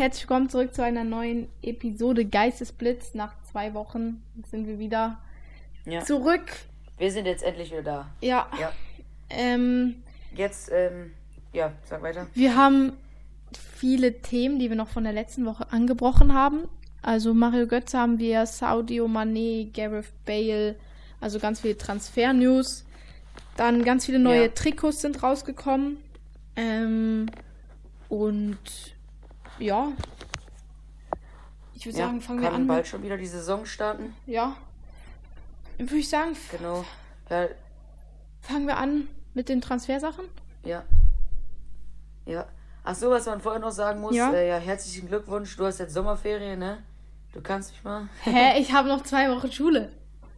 herzlich willkommen zurück zu einer neuen Episode Geistesblitz. Nach 2 Wochen sind wir wieder zurück. Wir sind jetzt endlich wieder da. Ja. Jetzt, sag weiter. Wir haben viele Themen, die wir noch von der letzten Woche angebrochen haben. Also Mario Götze haben wir, Sadio Mané, Gareth Bale, also ganz viele Transfer-News. Dann ganz viele neue Trikots sind rausgekommen. Und ja, ich würde sagen, fangen wir an. Kann bald schon wieder die Saison starten. Ja. Würde ich sagen, genau. Ja. Fangen wir an mit den Transfersachen. Ja. Ach so, was man vorher noch sagen muss. Ja. Herzlichen Glückwunsch. Du hast jetzt Sommerferien, ne? Du kannst mich mal. Hä? Ich habe noch 2 Wochen Schule.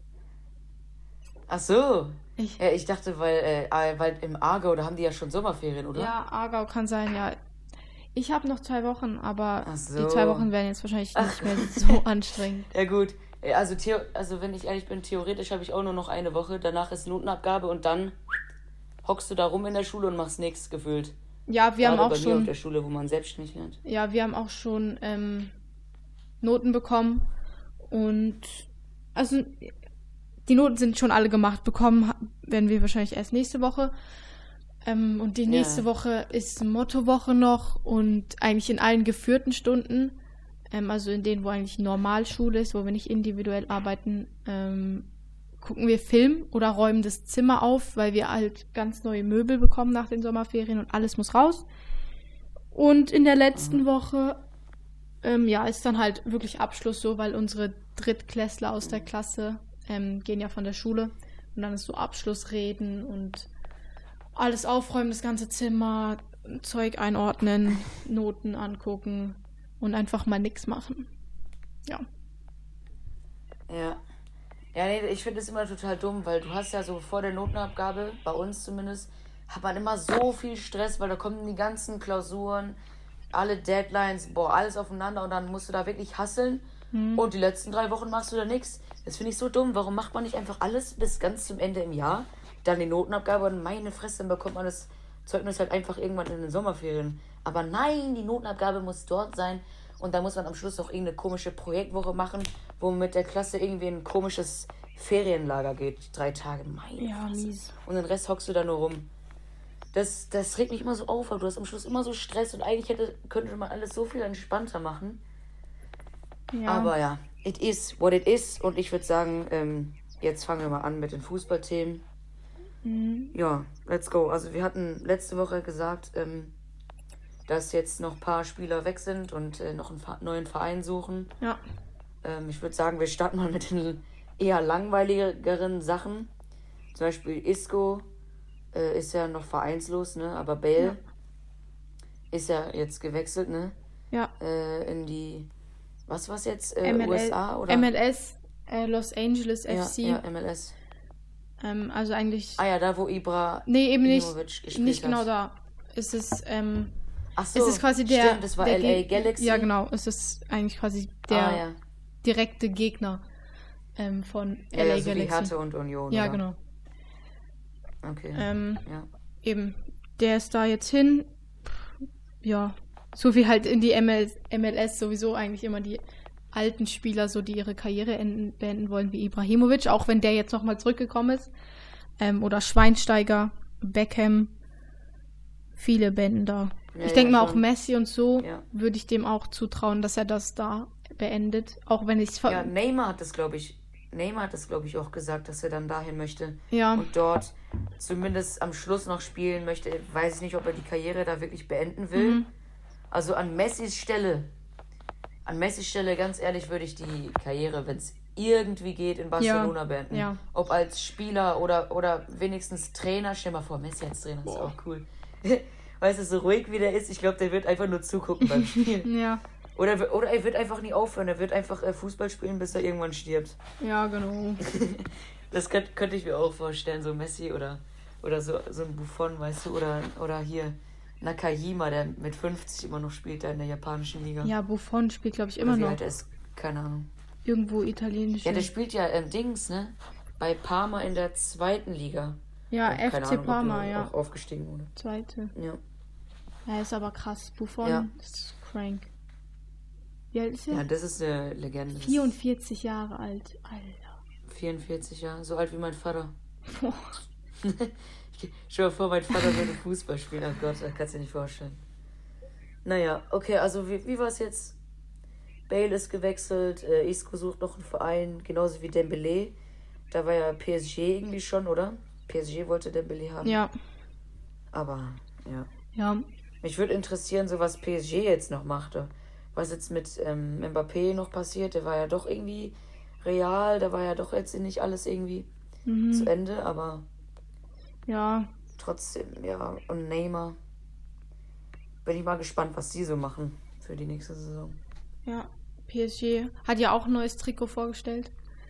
Ach so. Ich dachte, weil im Aargau, da haben die ja schon Sommerferien, oder? Ja, Aargau kann sein, ja. Ich habe noch 2 Wochen, aber so. Die 2 Wochen werden jetzt wahrscheinlich nicht mehr so anstrengend. Ja gut. Also wenn ich ehrlich bin, theoretisch habe ich auch nur noch eine Woche. Danach ist Notenabgabe und dann hockst du da rum in der Schule und machst nichts gefühlt. Ja, wir haben auch bei schon. Mir auf der Schule, wo man selbstständig lernt. Ja, wir haben auch schon Noten bekommen und also die Noten sind schon alle gemacht. Bekommen werden wir wahrscheinlich erst nächste Woche. Und die nächste Woche ist Mottowoche noch und eigentlich in allen geführten Stunden, also in denen, wo eigentlich Normalschule ist, wo wir nicht individuell arbeiten, gucken wir Film oder räumen das Zimmer auf, weil wir halt ganz neue Möbel bekommen nach den Sommerferien und alles muss raus. Und in der letzten Woche, ist dann halt wirklich Abschluss so, weil unsere Drittklässler aus der Klasse gehen ja von der Schule und dann ist so Abschlussreden und alles aufräumen, das ganze Zimmer, Zeug einordnen, Noten angucken und einfach mal nichts machen. Ja. Ja. Ja, nee, ich finde es immer total dumm, weil du hast ja so vor der Notenabgabe, bei uns zumindest, hat man immer so viel Stress, weil da kommen die ganzen Klausuren, alle Deadlines, alles aufeinander und dann musst du da wirklich hustlen und die letzten 3 Wochen machst du da nichts. Das finde ich so dumm. Warum macht man nicht einfach alles bis ganz zum Ende im Jahr? Dann die Notenabgabe und meine Fresse, dann bekommt man das Zeugnis halt einfach irgendwann in den Sommerferien. Aber nein, die Notenabgabe muss dort sein und da muss man am Schluss noch irgendeine komische Projektwoche machen, wo man mit der Klasse irgendwie in ein komisches Ferienlager geht. 3 Tage, meine Fresse. Mies. Und den Rest hockst du da nur rum. Das regt mich immer so auf, weil du hast am Schluss immer so Stress und eigentlich könnte man alles so viel entspannter machen. Ja. Aber ja, it is what it is und ich würde sagen, jetzt fangen wir mal an mit den Fußballthemen. Ja, let's go. Also wir hatten letzte Woche gesagt, dass jetzt noch ein paar Spieler weg sind und noch einen neuen Verein suchen. Ja. Ich würde sagen, wir starten mal mit den eher langweiligeren Sachen. Zum Beispiel Isco ist ja noch vereinslos, ne? Aber Bale ist ja jetzt gewechselt, ne? Ja. In die, was war's jetzt? USA oder? MLS, Los Angeles FC. Ja, MLS. Also eigentlich... Ah ja, da wo Ibra... Nee, eben nicht. Gespielt nicht genau hat. Da. Es ist... Ach so, es ist quasi der... Stimmt, das war LA Galaxy. Ja, genau. Es ist eigentlich quasi der direkte Gegner von LA so Galaxy. Wie Hertha und Union, ja, oder? Genau. Okay, Eben. Der ist da jetzt hin. Ja, so wie halt in die MLS sowieso eigentlich immer die alten Spieler, so die ihre Karriere beenden wollen, wie Ibrahimovic, auch wenn der jetzt nochmal zurückgekommen ist. Oder Schweinsteiger, Beckham, viele beenden da. Ja, ich denke mal schon. auch Messi und so würde ich dem auch zutrauen, dass er das da beendet, auch wenn ich es... Ja, Neymar hat das, glaube ich, auch gesagt, dass er dann dahin möchte. Ja. Und dort zumindest am Schluss noch spielen möchte. Weiß ich nicht, ob er die Karriere da wirklich beenden will. Also an Messis Stelle, ganz ehrlich, würde ich die Karriere, wenn es irgendwie geht, in Barcelona beenden. Ja. Ob als Spieler oder wenigstens Trainer. Stell mal vor, Messi als Trainer ist auch cool. Weißt du, so ruhig wie der ist, ich glaube, der wird einfach nur zugucken beim Spielen. Ja. Oder er wird einfach nie aufhören. Er wird einfach Fußball spielen, bis er irgendwann stirbt. Ja, genau. Das könnte ich mir auch vorstellen. So Messi oder so ein Buffon, weißt du. Oder hier Nakajima, der mit 50 immer noch spielt, da in der japanischen Liga. Ja, Buffon spielt, glaube ich, immer wie noch. Alt er ist, keine Ahnung. Irgendwo italienisch. Ja, der spielt ja Dings, ne? Bei Parma in der 2. Liga. Ja, keine FC Ahnung, Parma, ob der ja. auch aufgestiegen wurde. 2. Ja. Ja, ist aber krass. Buffon ist crank. Wie alt ist er? Ja, das ist eine Legende. 44 Jahre alt. Alter. 44 Jahre, so alt wie mein Vater. Boah. Stell dir vor, mein Vater würde Fußball spielen. Oh Gott, das kannst du dir nicht vorstellen. Naja, okay, also wie war es jetzt? Bale ist gewechselt, Isco sucht noch einen Verein, genauso wie Dembélé. Da war ja PSG irgendwie schon, oder? PSG wollte Dembélé haben. Ja. Aber, ja. Ja. Mich würde interessieren, so was PSG jetzt noch machte. Was jetzt mit Mbappé noch passiert. Der war ja doch irgendwie real, da war ja doch jetzt nicht alles irgendwie zu Ende, aber Ja. trotzdem, ja. Und Neymar. Bin ich mal gespannt, was die so machen für die nächste Saison. Ja. PSG hat ja auch ein neues Trikot vorgestellt.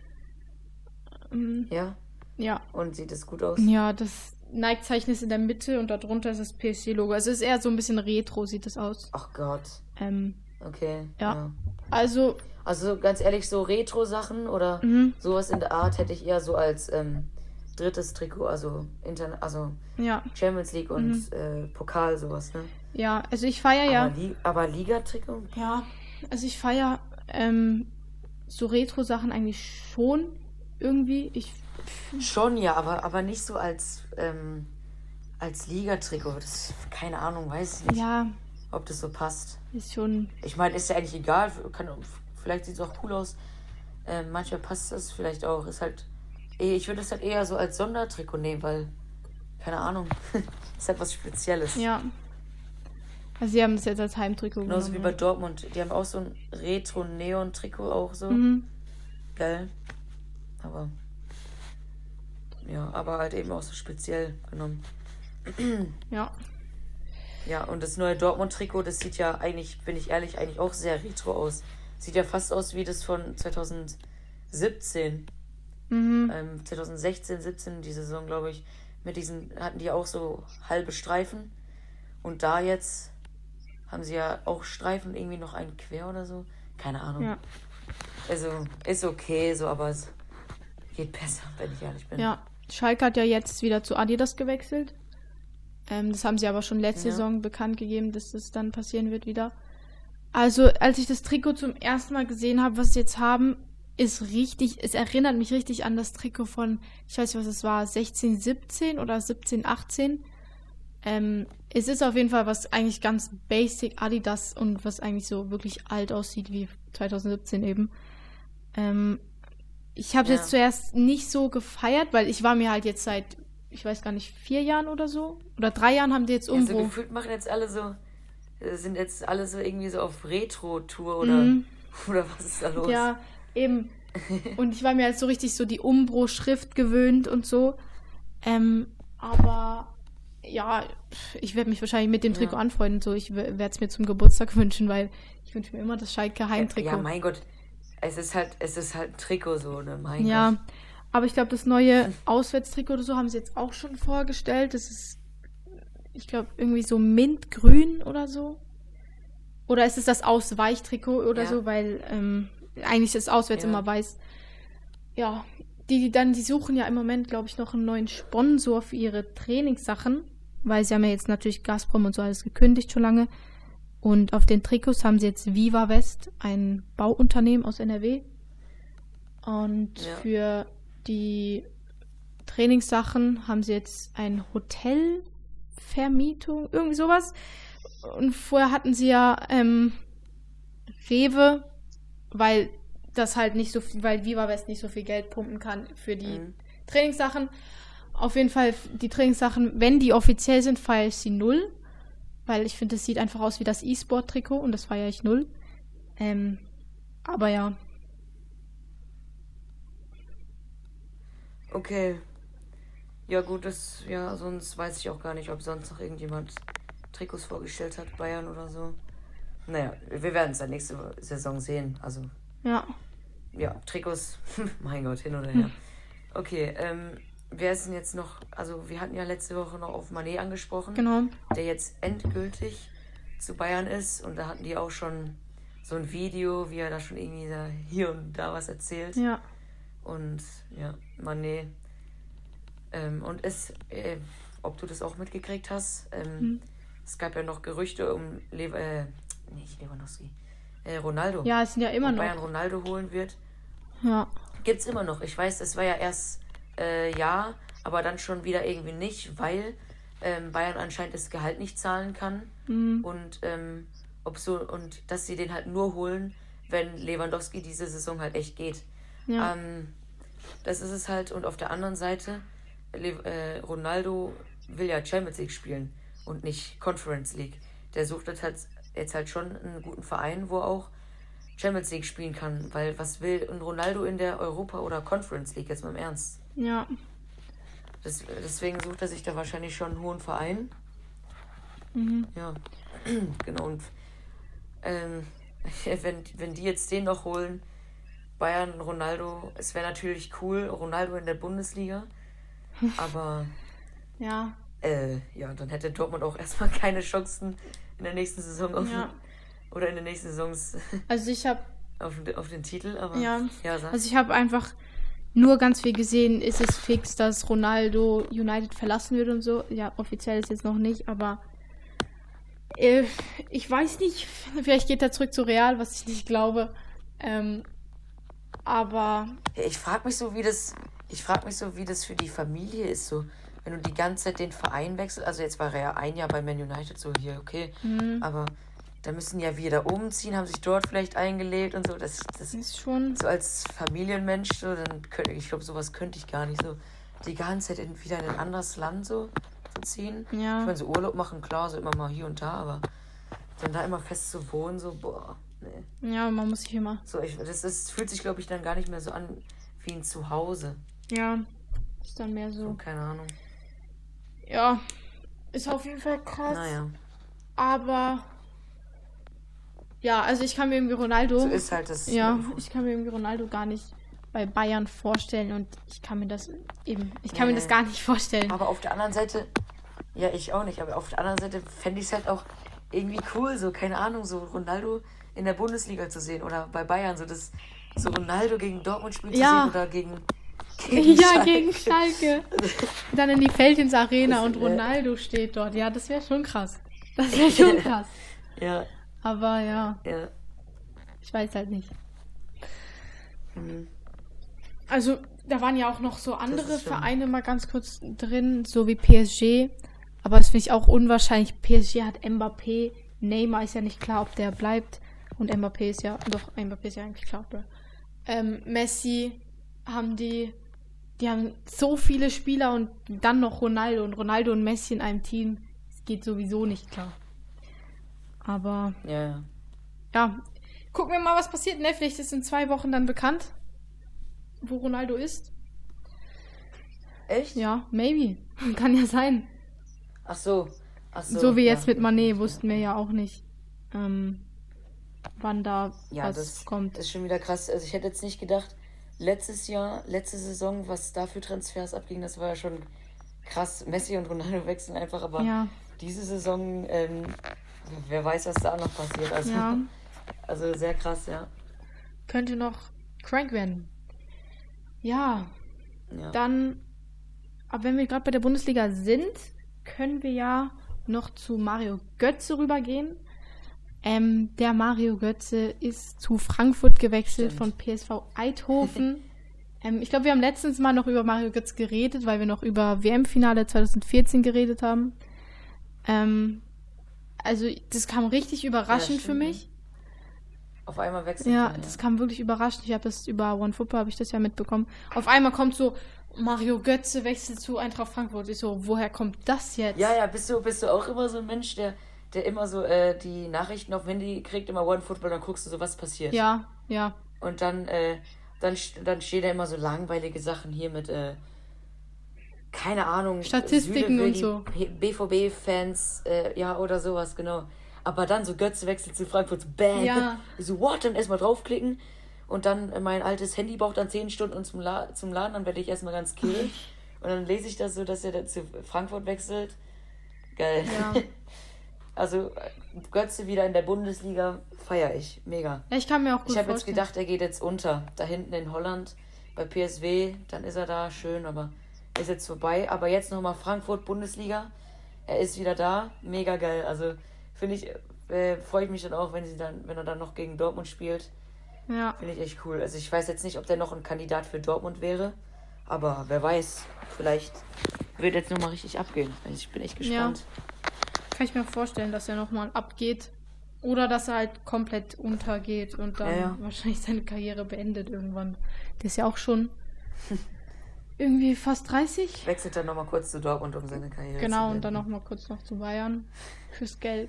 Ja? Ja. Und sieht es gut aus? Ja, das Nike-Zeichen ist in der Mitte und darunter ist das PSG-Logo. Also es ist eher so ein bisschen retro, sieht es aus. Ach Gott. Okay. Ja. Also ganz ehrlich, so Retro-Sachen oder sowas in der Art hätte ich eher so als drittes Trikot, also ja. Champions League und Pokal, sowas, ne? Ja, also ich feiere ja. Aber Liga-Trikot? Ja, also ich feiere so Retro-Sachen eigentlich schon irgendwie. Schon, ja, aber nicht so als Liga-Trikot. Das, keine Ahnung, weiß ich nicht, Ja, ob das so passt. ist schon. Ich meine, ist ja eigentlich egal. Vielleicht sieht es auch cool aus. Manchmal passt das vielleicht auch. Ist halt. Ich würde es halt eher so als Sondertrikot nehmen, weil. Keine Ahnung. Ist halt was Spezielles. Ja. Also sie haben das jetzt als Heimtrikot Genauso genommen. wie bei Dortmund. Die haben auch so ein Retro-Neon-Trikot auch so. Geil. Aber. Ja, aber halt eben auch so speziell genommen. Ja. Ja, und das neue Dortmund-Trikot, das sieht ja eigentlich, bin ich ehrlich, eigentlich auch sehr retro aus. Sieht ja fast aus wie das von 2017. 2016, 17, die Saison, glaube ich. Mit diesen, hatten die auch so halbe Streifen. Und da jetzt haben sie ja auch Streifen, irgendwie noch einen quer oder so. Keine Ahnung. Ja. Also, ist okay, so, aber es geht besser, wenn ich ehrlich bin. Ja. Schalke hat ja jetzt wieder zu Adidas gewechselt. Das haben sie aber schon letzte Saison bekannt gegeben, dass das dann passieren wird wieder. Also, als ich das Trikot zum ersten Mal gesehen habe, was sie jetzt haben, es erinnert mich richtig an das Trikot von, ich weiß nicht, was es war, 16, 17 oder 17, 18. Es ist auf jeden Fall was eigentlich ganz basic Adidas und was eigentlich so wirklich alt aussieht wie 2017 eben. Ich habe es jetzt zuerst nicht so gefeiert, weil ich war mir halt jetzt seit, ich weiß gar nicht, 4 Jahren oder so, oder 3 Jahren haben die jetzt Umbro. Also gefühlt machen jetzt alle so, sind jetzt alle so irgendwie so auf Retro-Tour oder was ist da los? Ja, eben. Und ich war mir halt so richtig so die Umbro-Schrift gewöhnt und so. Aber ja, ich werde mich wahrscheinlich mit dem Trikot anfreunden. So, ich werde es mir zum Geburtstag wünschen, weil ich wünsche mir immer das Schalke Heimtrikot. Ja, mein Gott. Es ist halt ein Trikot so, ne? Mein Gott. Ja, aber ich glaube, das neue Auswärtstrikot oder so haben sie jetzt auch schon vorgestellt. Das ist, ich glaube, irgendwie so mintgrün oder so. Oder ist es das Ausweichtrikot oder so, weil eigentlich ist auswärts immer weiß. Ja, die suchen ja im Moment, glaube ich, noch einen neuen Sponsor für ihre Trainingssachen, weil sie haben ja jetzt natürlich Gazprom und so alles gekündigt schon lange. Und auf den Trikots haben sie jetzt Viva West, ein Bauunternehmen aus NRW. Und für die Trainingssachen haben sie jetzt ein Hotelvermietung, irgendwie sowas. Und vorher hatten sie ja Rewe, weil das halt nicht so viel, weil Viva West nicht so viel Geld pumpen kann für die Trainingssachen. Auf jeden Fall, die Trainingssachen, wenn die offiziell sind, feiere ich sie 0. Weil ich finde, es sieht einfach aus wie das E-Sport-Trikot und das feiere ich 0. Aber ja. Okay. Ja gut, sonst weiß ich auch gar nicht, ob sonst noch irgendjemand Trikots vorgestellt hat, Bayern oder so. Naja, wir werden es dann nächste Saison sehen. Also. Ja. Ja, Trikots, mein Gott, hin oder her. Okay, wer ist denn jetzt noch, also wir hatten ja letzte Woche noch auf Mané angesprochen, Genau. Der jetzt endgültig zu Bayern ist und da hatten die auch schon so ein Video, wie er da schon irgendwie da hier und da was erzählt. Ja. Und ja, Mané. Und ob du das auch mitgekriegt hast, es gab ja noch Gerüchte um Ronaldo. Ja, es sind ja immer Ob noch. Bayern Ronaldo holen wird. Ja. Gibt's immer noch. Ich weiß, es war ja erst ja, aber dann schon wieder irgendwie nicht, weil Bayern anscheinend das Gehalt nicht zahlen kann. Und und dass sie den halt nur holen, wenn Lewandowski diese Saison halt echt geht. Ja. Das ist es halt. Und auf der anderen Seite, Ronaldo will ja Champions League spielen und nicht Conference League. Der sucht jetzt halt schon einen guten Verein, wo er auch Champions League spielen kann. Weil was will ein Ronaldo in der Europa- oder Conference League, jetzt mal im Ernst? Ja. Deswegen sucht er sich da wahrscheinlich schon einen hohen Verein. Ja, genau. Und wenn die jetzt den noch holen, Bayern, Ronaldo, es wäre natürlich cool, Ronaldo in der Bundesliga. Aber Ja. dann hätte Dortmund auch erstmal keine Chancen in der nächsten Saison Ja. oder in den nächsten Saisons Also ich habe auf den Titel. Aber sag. Also ich habe einfach nur ganz viel gesehen, ist es fix, dass Ronaldo United verlassen wird und so. Ja, offiziell ist jetzt noch nicht, aber ich weiß nicht, vielleicht geht er zurück zu Real, was ich nicht glaube. Aber Ich frage mich so, wie das für die Familie ist, so, wenn du die ganze Zeit den Verein wechselst. Also jetzt war er ja ein Jahr bei Man United, so hier, okay. Aber da müssen ja wieder umziehen, haben sich dort vielleicht eingelebt und so. Das ist schon. so als Familienmensch, so, ich glaube, sowas könnte ich gar nicht so. Die ganze Zeit wieder in ein anderes Land so zu ziehen. Ja. Ich meine, so Urlaub machen, klar, so immer mal hier und da, aber dann da immer fest zu wohnen, so, boah, nee. Ja, man muss sich immer. So, das fühlt sich, glaube ich, dann gar nicht mehr so an wie ein Zuhause. Ja, ist dann mehr So, so. keine Ahnung. Ja, ist auf jeden Fall krass. Naja, Aber ja, also ich kann mir irgendwie Ronaldo. so ist halt das. Ja, ich kann mir irgendwie Ronaldo gar nicht bei Bayern vorstellen und ich kann mir das mir das gar nicht vorstellen. Aber auf der anderen Seite, ja, ich auch nicht, aber auf der anderen Seite fände ich es halt auch irgendwie cool, so, keine Ahnung, so Ronaldo in der Bundesliga zu sehen oder bei Bayern, so Ronaldo gegen Dortmund spielen Ja. zu sehen oder gegen Ja, Schalke. gegen Schalke. Dann in die Feldins Arena und Ronaldo steht dort. Ja, das wäre schon krass. Das wäre schon krass. Ja, Aber ja, ja. ich weiß halt nicht. Mhm. Also, da waren ja auch noch so Das andere ist schon- Vereine mal ganz kurz drin, so wie PSG. Aber das finde ich auch unwahrscheinlich. PSG hat Mbappé. Neymar ist ja nicht klar, ob der bleibt. Und Mbappé ist ja eigentlich klar, ob der. Messi haben die haben so viele Spieler und dann noch Ronaldo. Und Ronaldo und Messi in einem Team. Das geht sowieso nicht klar. Aber Ja. ja, gucken wir mal, was passiert. Ne? Vielleicht ist in 2 Wochen dann bekannt, wo Ronaldo ist. Echt? Ja, maybe. Kann ja sein. Ach so. So wie jetzt ja. mit Mané wussten wir ja auch nicht, wann da Ja, was das kommt. ist schon wieder krass. Also ich hätte jetzt nicht gedacht, letzte Saison, was da für Transfers abging, das war ja schon krass. Messi und Ronaldo wechseln einfach, aber Ja, diese Saison, wer weiß, was da noch passiert. Also, ja, also sehr krass, ja. könnte noch crank werden. Ja, Ja. dann, aber wenn wir gerade bei der Bundesliga sind, können wir ja noch zu Mario Götze rübergehen. Der Mario Götze ist zu Frankfurt gewechselt Stimmt. von PSV Eindhoven. Ich glaube, wir haben letztens mal noch über Mario Götze geredet, weil wir noch über WM-Finale 2014 geredet haben. Also, das kam richtig überraschend für stimmt, mich. Auf einmal wechselt Ja, er, das kam wirklich überraschend. Ich habe das über OneFootball habe ich das ja mitbekommen. Auf einmal kommt so Mario Götze wechselt zu Eintracht Frankfurt. Ich so, woher kommt das jetzt? Ja, bist du auch immer so ein Mensch, der immer so die Nachrichten auf dem Handy kriegt, immer OneFootball, dann guckst du so, was passiert. Ja, ja. Und dann stehen da immer so langweilige Sachen hier mit, keine Ahnung. Statistiken Süle will und die so. BVB-Fans, ja, oder sowas, genau. Aber dann so Götze wechselt zu Frankfurt, so bam. Ja. Ich so, what? Dann erstmal draufklicken. Und dann mein altes Handy braucht dann 10 Stunden zum Laden, dann werde ich erstmal ganz killig. Und dann lese ich das so, dass er da zu Frankfurt wechselt. Geil. Ja. Also Götze wieder in der Bundesliga, feiere ich. Mega. Ja, ich kann mir auch gut Ich habe jetzt vorstellen. gedacht, er geht jetzt unter. Da hinten in Holland bei PSW, dann ist er da, schön, aber ist jetzt vorbei. Aber jetzt nochmal Frankfurt, Bundesliga. Er ist wieder da, mega geil. Also finde freue ich mich dann auch, wenn er dann noch gegen Dortmund spielt. Ja. Finde ich echt cool. Also ich weiß jetzt nicht, ob der noch ein Kandidat für Dortmund wäre, aber wer weiß, vielleicht wird jetzt nochmal richtig abgehen. Also ich bin echt gespannt. Kann ich mir vorstellen, dass er nochmal abgeht. Oder dass er halt komplett untergeht und dann wahrscheinlich seine Karriere beendet irgendwann. Der ist ja auch schon irgendwie fast 30. Wechselt dann nochmal kurz zu Dortmund, um seine Karriere zu beenden. Genau, und dann nochmal kurz noch zu Bayern. Fürs Geld.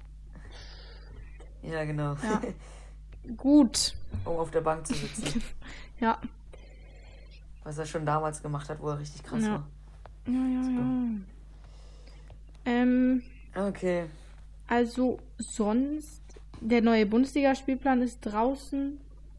Ja, genau. Ja. Gut. Um auf der Bank zu sitzen. Ja. Was er schon damals gemacht hat, wo er richtig krass war. Ja. Okay. Also sonst, der neue Bundesligaspielplan ist draußen.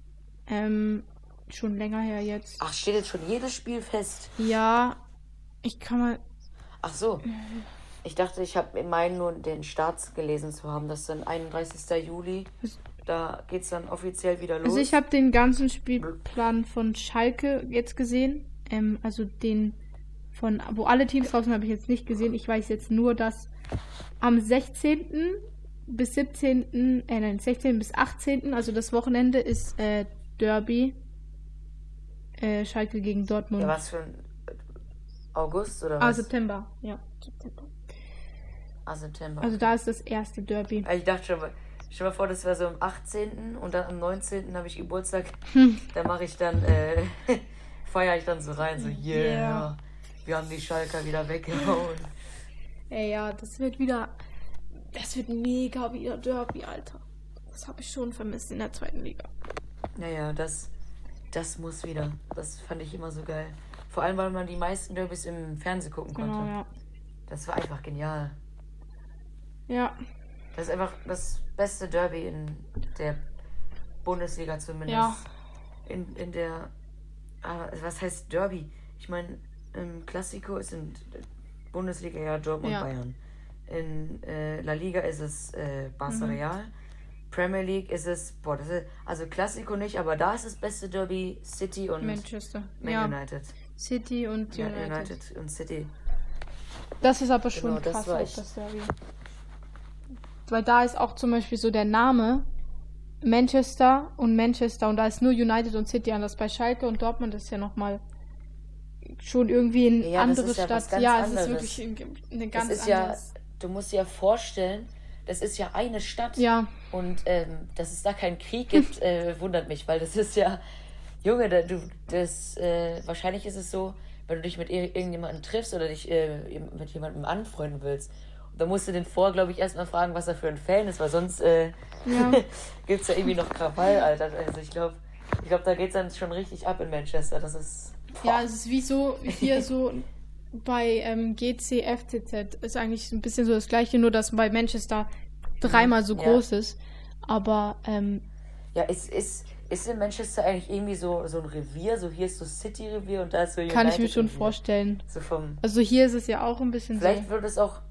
Schon länger her jetzt. Ach, steht jetzt schon jedes Spiel fest? Ja, ich kann mal... Ach so. Ich dachte, ich habe im Mai nur den Start gelesen zu haben. Das ist dann 31. Juli. Da geht's dann offiziell wieder los. Also ich habe den ganzen Spielplan von Schalke jetzt gesehen. Also den von, wo alle Teams draußen habe ich jetzt nicht gesehen. Ich weiß jetzt nur, dass am 16. bis 17. 16. bis 18. Also das Wochenende ist Derby. Schalke gegen Dortmund. Ja, was für ein August oder was? September. Ja, September. September. Also da ist das erste Derby. Ich dachte schon mal, stell mal vor, das wäre so am 18. und dann am 19. habe ich Geburtstag. Da mache ich dann, feiere ich dann so rein, so yeah. Wir haben die Schalker wieder weggehauen. Ey, ja, das wird mega wieder Derby, Alter. Das habe ich schon vermisst in der zweiten Liga. Naja, das muss wieder. Das fand ich immer so geil. Vor allem, weil man die meisten Derbys im Fernsehen gucken konnte. Genau, ja. Das war einfach genial. Ja. Das ist einfach das beste Derby in der Bundesliga zumindest. Ja. In der... was heißt Derby? Ich meine, im Clasico ist in Bundesliga ja Dortmund Bayern. In La Liga ist es Barca Real. Premier League ist es... also Clasico nicht, aber da ist das beste Derby City und Manchester. Man United. City und United. United und City. Das ist aber schon krass, das Derby. Weil da ist auch zum Beispiel so der Name Manchester und da ist nur United und City anders. Bei Schalke und Dortmund ist ja nochmal schon irgendwie eine andere Stadt. Ja, es ist wirklich eine ganz andere. Du musst dir ja vorstellen, das ist ja eine Stadt. Ja. Und dass es da keinen Krieg gibt, wundert mich, weil das ist ja, Junge, wahrscheinlich ist es so, wenn du dich mit irgendjemandem triffst oder dich mit jemandem anfreunden willst. Da musst du den glaube ich, erstmal fragen, was er für ein Fan ist, weil sonst gibt es ja irgendwie noch Krawall, Alter. Also ich glaube, da geht es dann schon richtig ab in Manchester. Das ist... Ja, es ist wie so, hier so bei GCFCZ ist eigentlich ein bisschen so das Gleiche, nur dass bei Manchester dreimal so groß ist. Aber, ja, ist in Manchester eigentlich irgendwie so ein Revier? So hier ist so City-Revier und da ist so United. Kann ich mir schon vorstellen. So also hier ist es ja auch ein bisschen vielleicht wird es auch...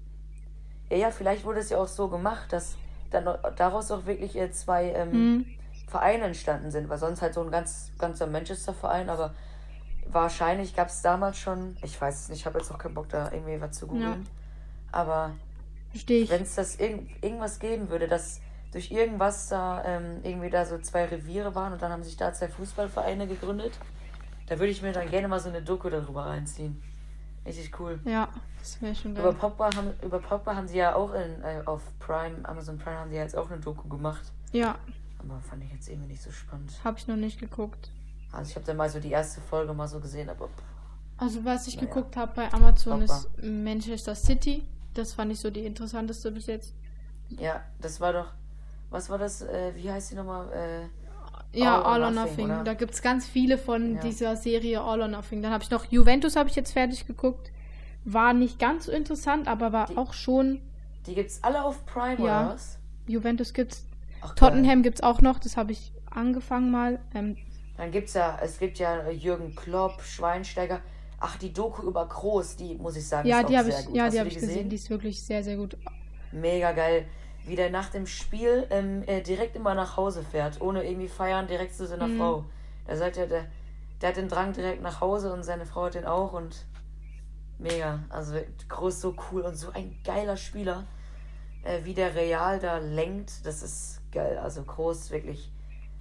Ja, vielleicht wurde es ja auch so gemacht, dass dann daraus auch wirklich zwei Vereine entstanden sind, weil sonst halt so ein ganzer Manchester-Verein, aber wahrscheinlich gab es damals schon, ich weiß es nicht, ich habe jetzt auch keinen Bock da irgendwie was zu googeln, aber wenn es das irgendwas geben würde, dass durch irgendwas da irgendwie da so zwei Reviere waren und dann haben sich da zwei Fußballvereine gegründet, da würde ich mir dann gerne mal so eine Doku darüber reinziehen. Richtig cool. Ja, das wäre schon geil. Über Pogba haben sie ja auch auf Amazon Prime haben sie ja jetzt auch eine Doku gemacht. Ja. Aber fand ich jetzt irgendwie nicht so spannend. Habe ich noch nicht geguckt. Also ich habe dann mal so die erste Folge mal so gesehen, aber... Also was ich geguckt habe bei Amazon ist Manchester City. Das fand ich so die interessanteste bis jetzt. Ja, das war doch... Was war das? Wie heißt die nochmal? All or Nothing. Oder? Da gibt es ganz viele von dieser Serie All or Nothing. Dann habe ich noch Juventus habe ich jetzt fertig geguckt. War nicht ganz so interessant, aber war auch schon... Die gibt's alle auf Prime, oder was? Juventus gibt's. Tottenham gibt's auch noch. Das habe ich angefangen mal. Dann gibt ja Jürgen Klopp, Schweinsteiger. Ach, die Doku über Kroos, die muss ich sagen, ist auch sehr gut. Ja, die habe ich gesehen. Die ist wirklich sehr, sehr gut. Mega geil. Wie der nach dem Spiel direkt immer nach Hause fährt, ohne irgendwie feiern, direkt zu seiner Frau. Da sagt er, der hat den Drang direkt nach Hause und seine Frau hat den auch und mega. Also Kroos so cool und so ein geiler Spieler. wie der Real da lenkt, das ist geil. Also Kroos wirklich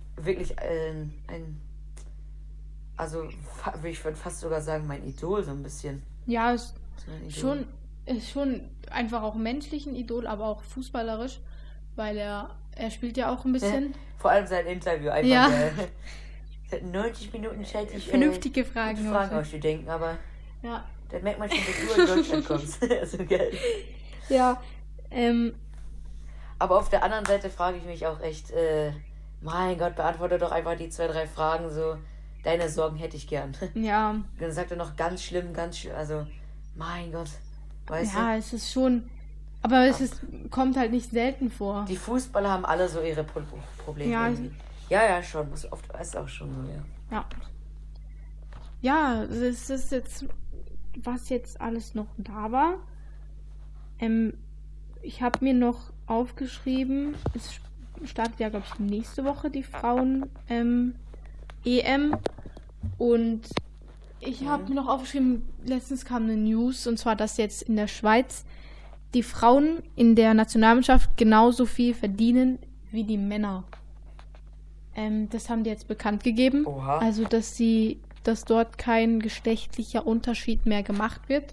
also ich würde fast sogar sagen, mein Idol so ein bisschen. Ja, ist schon einfach auch menschlich ein Idol, aber auch fußballerisch, weil er spielt ja auch ein bisschen. Vor allem sein Interview einfach. Ja. Seit 90 Minuten stellt sich vernünftige Fragen aus dir denken, aber ja. Da merkt man schon, dass du in Deutschland kommst. Also geil. Ja. Aber auf der anderen Seite frage ich mich auch echt, mein Gott, beantworte doch einfach die 2, 3 Fragen so. Deine Sorgen hätte ich gern. Ja. Dann sagt er noch ganz schlimm, also, mein Gott, weißt du? Ja, es ist schon, aber kommt halt nicht selten vor. Die Fußballer haben alle so ihre Probleme irgendwie. Ja, schon, ist auch schon so, ja. Ja. Ja, es ist jetzt, was jetzt alles noch da war. Ich habe mir noch aufgeschrieben, es startet ja, glaube ich, nächste Woche die Frauen EM. Und ich habe mir noch aufgeschrieben, letztens kam eine News, und zwar, dass jetzt in der Schweiz die Frauen in der Nationalmannschaft genauso viel verdienen wie die Männer. Das haben die jetzt bekannt gegeben. Oha. Also, dass dort kein geschlechtlicher Unterschied mehr gemacht wird.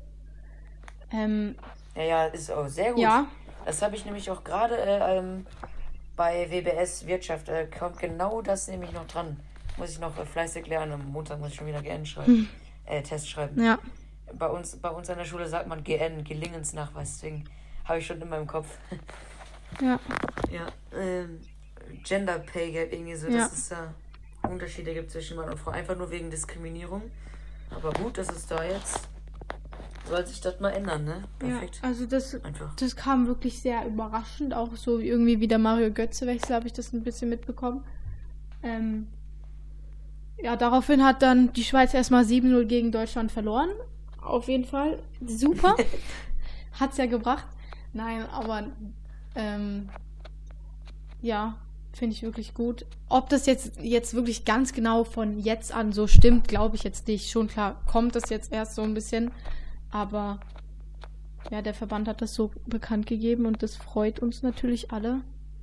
Ja, ist auch sehr gut. Ja. Das habe ich nämlich auch gerade bei WBS Wirtschaft, kommt genau das nämlich noch dran. Muss ich noch fleißig lernen. Am Montag muss ich schon wieder GN schreiben. Test schreiben. Ja. Bei uns an der Schule sagt man GN, Gelingensnachweis. Deswegen habe ich schon in meinem Kopf. Ja. Ja. Gender Pay Gap irgendwie so, dass es da Unterschiede gibt zwischen Mann und Frau. Einfach nur wegen Diskriminierung. Aber gut, dass es da jetzt soll sich das mal ändern, ne? Perfekt. Ja, also das kam wirklich sehr überraschend. Auch so irgendwie wie der Mario Götze-Wechsel habe ich das ein bisschen mitbekommen. Ja, daraufhin hat dann die Schweiz erstmal 7-0 gegen Deutschland verloren. Auf jeden Fall. Super. Hat's ja gebracht. Nein, aber ja, finde ich wirklich gut. Ob das jetzt wirklich ganz genau von jetzt an so stimmt, glaube ich jetzt nicht. Schon klar, kommt das jetzt erst so ein bisschen. Aber ja, der Verband hat das so bekannt gegeben und das freut uns natürlich alle,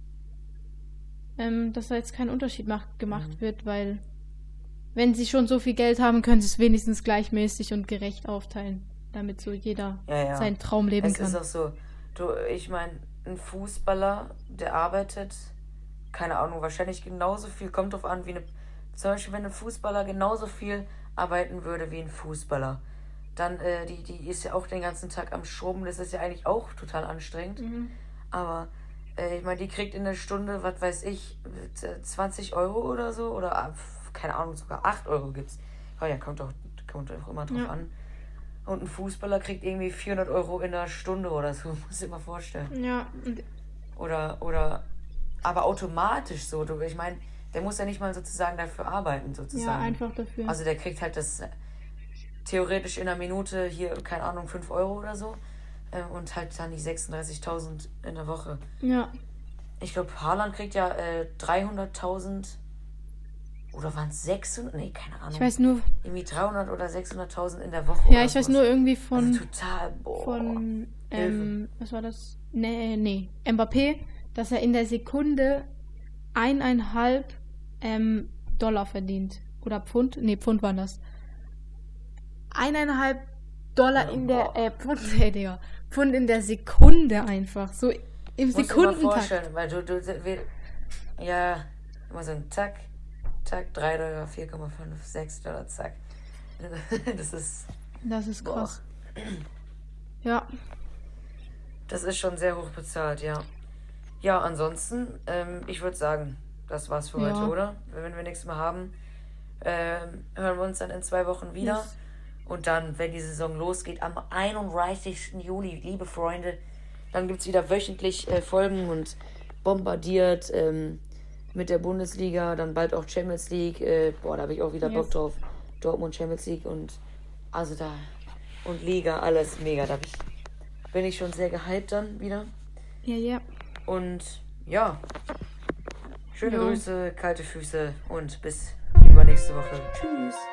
dass da jetzt kein Unterschied gemacht wird, weil wenn sie schon so viel Geld haben, können sie es wenigstens gleichmäßig und gerecht aufteilen, damit so jeder seinen Traum leben kann. Es ist auch so, ich meine, ein Fußballer, der arbeitet, keine Ahnung, wahrscheinlich genauso viel, kommt drauf an, zum Beispiel, wenn ein Fußballer genauso viel arbeiten würde wie ein Fußballer, dann, die ist ja auch den ganzen Tag am Schrubben, das ist ja eigentlich auch total anstrengend, aber ich meine, die kriegt in der Stunde, was weiß ich, 20 Euro oder so, oder keine Ahnung, sogar 8 Euro gibt's. Ja, kommt auch immer drauf an. Und ein Fußballer kriegt irgendwie 400 Euro in der Stunde oder so, muss ich dir mal vorstellen. Ja. Oder, aber automatisch so, ich meine, der muss ja nicht mal sozusagen dafür arbeiten, sozusagen. Ja, einfach dafür. Also der kriegt halt das theoretisch in einer Minute hier, keine Ahnung, 5 Euro oder so. Und halt dann die 36.000 in der Woche. Ja. Ich glaube, Haaland kriegt ja 300.000 oder waren es 600? Nee, keine Ahnung. Ich weiß nur. Irgendwie 300 oder 600.000 in der Woche. Ja, ich weiß nur irgendwie von. Also total, was war das? Nee. Mbappé, dass er in der Sekunde 1,5 Dollar verdient. Oder Pfund? Nee, Pfund waren das. 1,5 Dollar in der. Pfund in der Sekunde einfach. So im Sekundentakt. Muss ich mir vorstellen, weil ja, immer so ein Zack, 3 Dollar, 4,5, 6 Dollar, zack. Das ist krass. Ja. Das ist schon sehr hoch bezahlt, ja. Ja, ansonsten, ich würde sagen, das war's für heute, oder? Wenn wir nichts mehr haben, hören wir uns dann in 2 Wochen wieder. Yes. Und dann, wenn die Saison losgeht, am 31. Juli, liebe Freunde, dann gibt es wieder wöchentlich Folgen und bombardiert mit der Bundesliga, dann bald auch Champions League. Da habe ich auch wieder Bock drauf. Dortmund Champions League und Liga, alles mega. Bin ich schon sehr gehypt dann wieder. Ja. Und ja, schöne Grüße, kalte Füße und bis übernächste Woche. Tschüss.